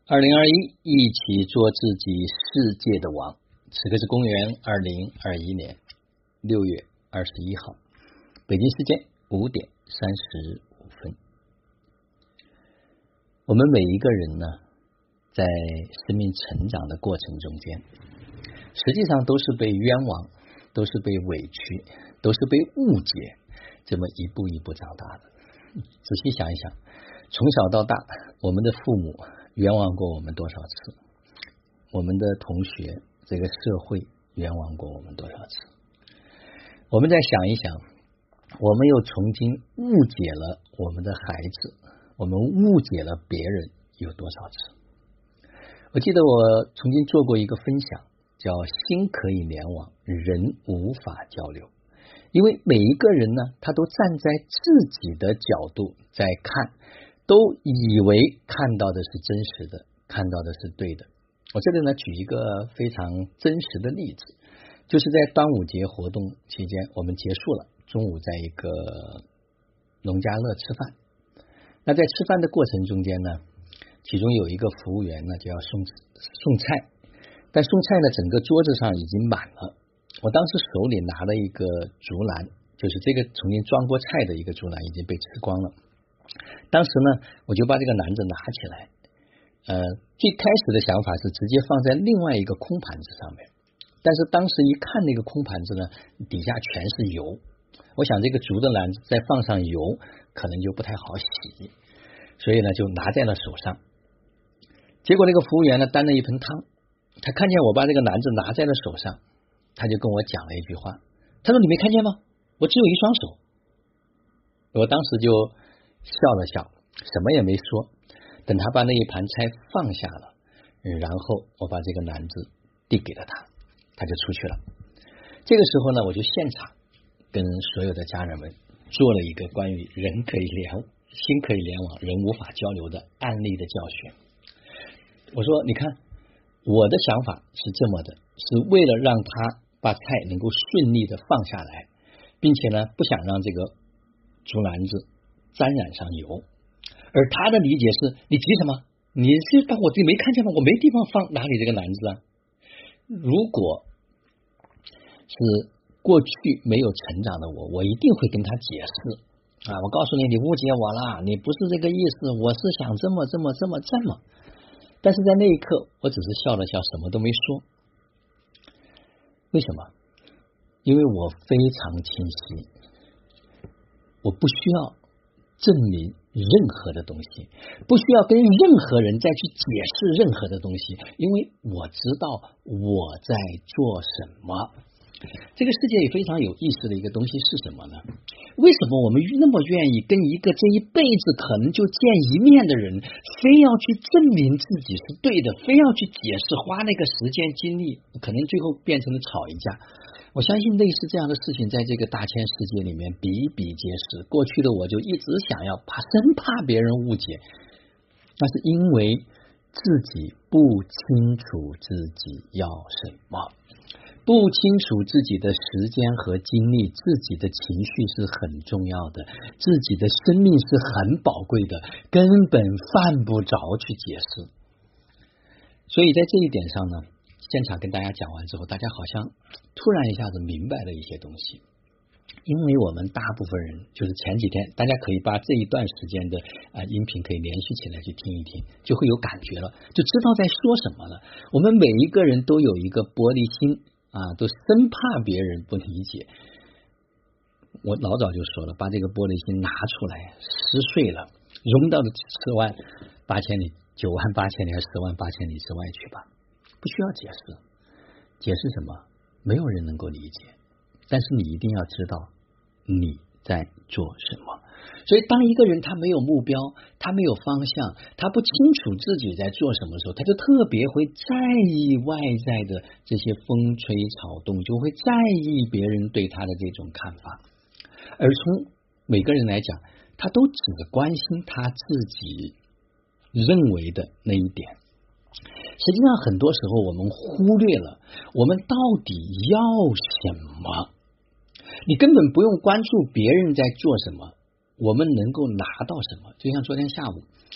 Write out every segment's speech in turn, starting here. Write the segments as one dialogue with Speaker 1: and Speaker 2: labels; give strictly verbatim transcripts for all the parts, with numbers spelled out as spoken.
Speaker 1: 二零二一，一起做自己世界的王。此刻是公元二零二一年六月二十一号，北京时间五点三十五分。我们每一个人呢，在生命成长的过程中间，实际上都是被冤枉，都是被委屈，都是被误解，这么一步一步长大的。仔细想一想，从小到大，我们的父母冤枉过我们多少次？我们的同学，这个社会冤枉过我们多少次？我们再想一想，我们又曾经误解了我们的孩子，我们误解了别人有多少次？我记得我曾经做过一个分享，叫心可以联网，人无法交流。因为每一个人呢，他都站在自己的角度在看，都以为看到的是真实的，看到的是对的。我这里呢举一个非常真实的例子，就是在端午节活动期间，我们结束了，中午在一个农家乐吃饭。那在吃饭的过程中间呢，其中有一个服务员呢就要送送菜，但送菜呢整个桌子上已经满了。我当时手里拿了一个竹篮，就是这个曾经装过菜的一个竹篮已经被吃光了。当时呢，我就把这个篮子拿起来，呃，最开始的想法是直接放在另外一个空盘子上面，但是当时一看那个空盘子呢，底下全是油，我想这个竹的篮子再放上油，可能就不太好洗，所以呢，就拿在了手上。结果那个服务员呢，端了一盆汤，他看见我把这个篮子拿在了手上，他就跟我讲了一句话，他说：“你没看见吗？我只有一双手。”我当时就笑了笑，什么也没说。等他把那一盘菜放下了，然后我把这个篮子递给了他，他就出去了。这个时候呢，我就现场跟所有的家人们做了一个关于人可以联心可以联网，人无法交流的案例的教学。我说，你看，我的想法是这么的，是为了让他把菜能够顺利的放下来，并且呢，不想让这个竹篮子沾染上油。而他的理解是，你急什么？你是当我自己没看见吗？我没地方放哪里这个篮子啊。如果是过去没有成长的我，我一定会跟他解释啊，我告诉你，你误解我了，你不是这个意思，我是想这么这么这么这么。但是在那一刻，我只是笑了笑，什么都没说。为什么？因为我非常清晰，我不需要证明任何的东西，不需要跟任何人再去解释任何的东西，因为我知道我在做什么。这个世界也非常有意思的一个东西是什么呢？为什么我们那么愿意跟一个这一辈子可能就见一面的人，非要去证明自己是对的，非要去解释，花那个时间精力，可能最后变成了吵一架。我相信类似这样的事情在这个大千世界里面比比皆是。过去的我就一直想要怕，生怕别人误解，那是因为自己不清楚自己要什么，不清楚自己的时间和精力，自己的情绪是很重要的，自己的生命是很宝贵的，根本犯不着去解释。所以在这一点上呢，现场跟大家讲完之后，大家好像突然一下子明白了一些东西。因为我们大部分人就是前几天，大家可以把这一段时间的啊、呃、音频可以连续起来去听一听，就会有感觉了，就知道在说什么了。我们每一个人都有一个玻璃心啊，都生怕别人不理解。我老早就说了，把这个玻璃心拿出来，撕碎了，融到了十万八千里、九万八千里还是十万八千里之外去吧。不需要解释，解释什么？没有人能够理解。但是你一定要知道你在做什么。所以当一个人他没有目标，他没有方向，他不清楚自己在做什么时候，他就特别会在意外在的这些风吹草动，就会在意别人对他的这种看法。而从每个人来讲，他都只关心他自己认为的那一点。实际上很多时候我们忽略了我们到底要什么。你根本不用关注别人在做什么，我们能够拿到什么。就像昨天下午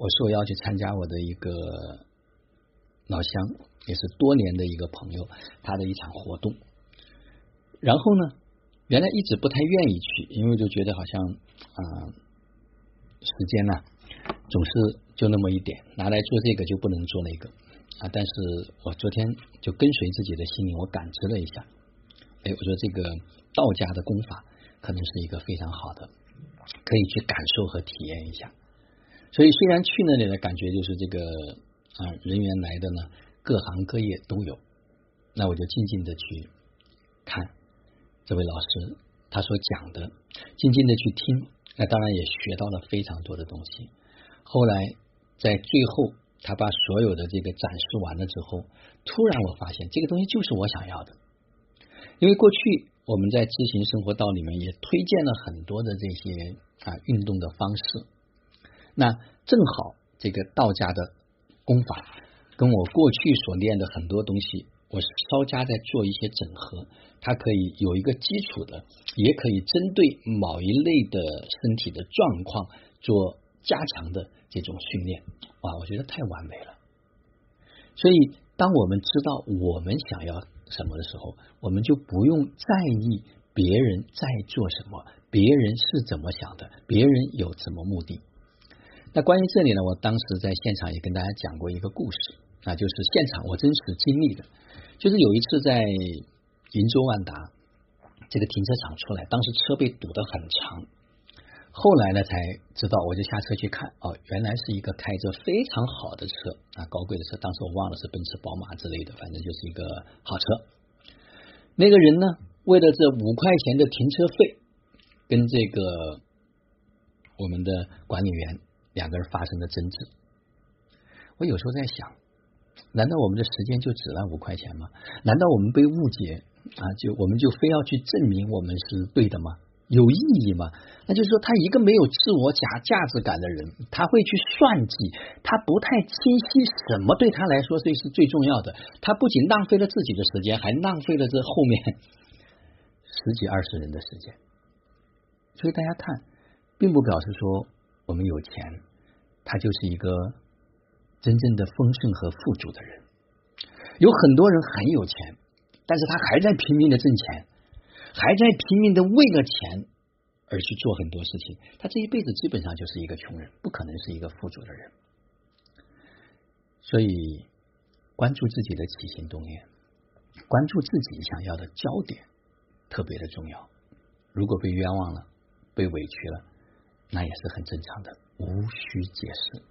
Speaker 1: 我受邀去参加我的一个老乡，也是多年的一个朋友，他的一场活动。然后呢，原来一直不太愿意去，因为就觉得好像啊、呃，时间呢、啊、总是就那么一点，拿来做这个就不能做那个啊。但是我昨天就跟随自己的心灵，我感知了一下，哎，我说这个道家的功法可能是一个非常好的，可以去感受和体验一下。所以虽然去那里的感觉就是这个啊人员来的呢，各行各业都有，那我就静静的去看这位老师他所讲的，静静的去听，那当然也学到了非常多的东西。后来在最后他把所有的这个展示完了之后，突然我发现这个东西就是我想要的。因为过去我们在知行生活道里面也推荐了很多的这些啊运动的方式，那正好这个道家的功法跟我过去所练的很多东西，我稍加在做一些整合，它可以有一个基础的，也可以针对某一类的身体的状况做加强的这种训练。哇，我觉得太完美了。所以当我们知道我们想要什么的时候，我们就不用在意别人在做什么，别人是怎么想的，别人有什么目的。那关于这里呢，我当时在现场也跟大家讲过一个故事，那就是现场我真实经历的，就是有一次在银州万达这个停车场出来，当时车被堵得很长，后来呢才知道，我就下车去看，哦，原来是一个开着非常好的车啊，高贵的车，当时我忘了是奔驰、宝马之类的，反正就是一个好车。那个人呢，为了这五块钱的停车费，跟这个我们的管理员两个人发生了争执。我有时候在想，难道我们的时间就只那五块钱吗？难道我们被误解啊？就我们就非要去证明我们是对的吗？有意义吗？那就是说，他一个没有自我价价值感的人，他会去算计，他不太清晰什么对他来说这是最重要的。他不仅浪费了自己的时间，还浪费了这后面十几二十人的时间。所以大家看，并不表示说我们有钱，他就是一个真正的丰盛和富足的人。有很多人很有钱，但是他还在拼命的挣钱，还在拼命的为了钱而去做很多事情，他这一辈子基本上就是一个穷人，不可能是一个富足的人。所以关注自己的起心动念，关注自己想要的焦点特别的重要。如果被冤枉了，被委屈了，那也是很正常的，无需解释。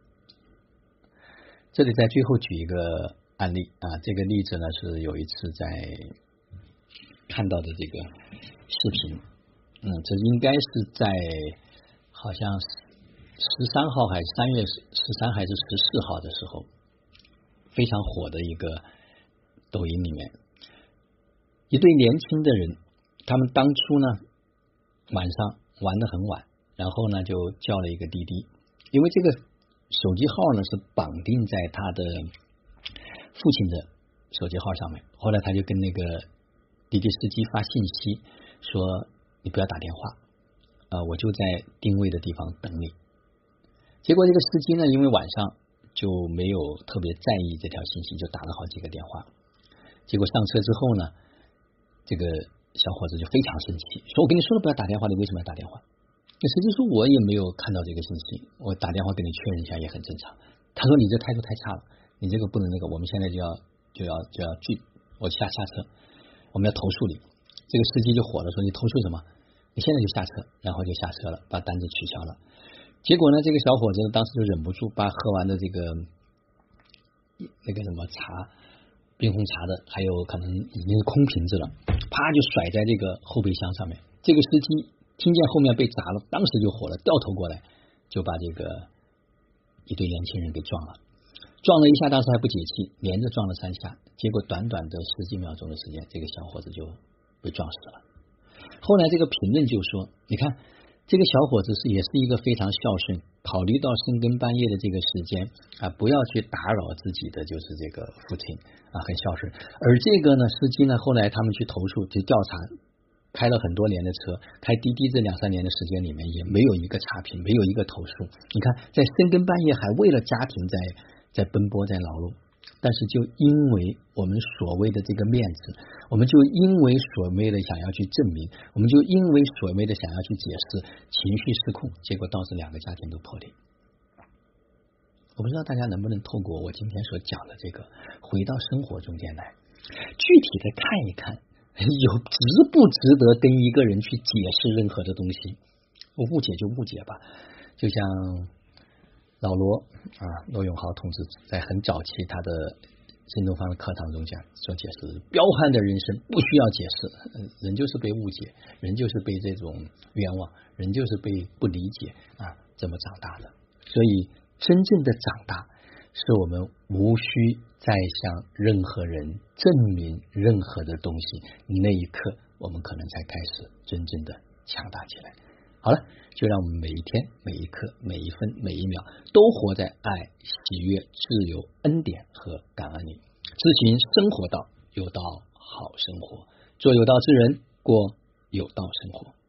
Speaker 1: 这里在最后举一个案例啊，这个例子呢是有一次在看到的这个视频，嗯，这应该是在好像十三号还是三月十三还是十四号的时候非常火的一个抖音里面，一对年轻的人，他们当初呢晚上玩得很晚，然后呢就叫了一个滴滴，因为这个手机号呢是绑定在他的父亲的手机号上面，后来他就跟那个滴滴司机发信息说，你不要打电话，呃，我就在定位的地方等你。结果这个司机呢，因为晚上就没有特别在意这条信息，就打了好几个电话。结果上车之后呢，这个小伙子就非常生气，说我跟你说了不要打电话，你为什么要打电话？那司机说我也没有看到这个信息，我打电话跟你确认一下也很正常。他说你这态度太差了，你这个不能那个，我们现在就要就要就要拒，我下下车，我们要投诉你。这个司机就火了，说你投诉什么？你现在就下车，然后就下车了，把单子取消了。结果呢，这个小伙子当时就忍不住把喝完的这个那个什么茶，冰红茶的，还有可能已经是空瓶子了，啪就甩在这个后备箱上面。这个司机听见后面被砸了，当时就火了，掉头过来就把这个一对年轻人给撞了。撞了一下，当时还不解气，连着撞了三下，结果短短的十几秒钟的时间，这个小伙子就被撞死了。后来这个评论就说，你看这个小伙子是也是一个非常孝顺，考虑到深更半夜的这个时间啊，不要去打扰自己的就是这个父亲啊，很孝顺。而这个呢，司机呢，后来他们去投诉去调查， 开了很多年的车，开滴滴这两三年的时间里面也没有一个差评，没有一个投诉。你看，在深更半夜还为了家庭在在奔波在劳碌，但是就因为我们所谓的这个面子，我们就因为所谓的想要去证明，我们就因为所谓的想要去解释，情绪失控，结果导致两个家庭都破裂。我不知道大家能不能透过我今天所讲的这个，回到生活中间来，具体的看一看，有值不值得跟一个人去解释任何的东西？我误解就误解吧，就像老罗啊，罗永浩同志在很早期他的新东方的课堂中讲所解释，彪悍的人生不需要解释，人就是被误解，人就是被这种冤枉，人就是被不理解啊这么长大的。所以真正的长大，是我们无需再向任何人证明任何的东西，那一刻我们可能才开始真正的强大起来。好了，就让我们每一天每一刻每一分每一秒都活在爱、喜悦、自由、恩典和感恩里，执行生活道，有道好生活，做有道之人，过有道生活。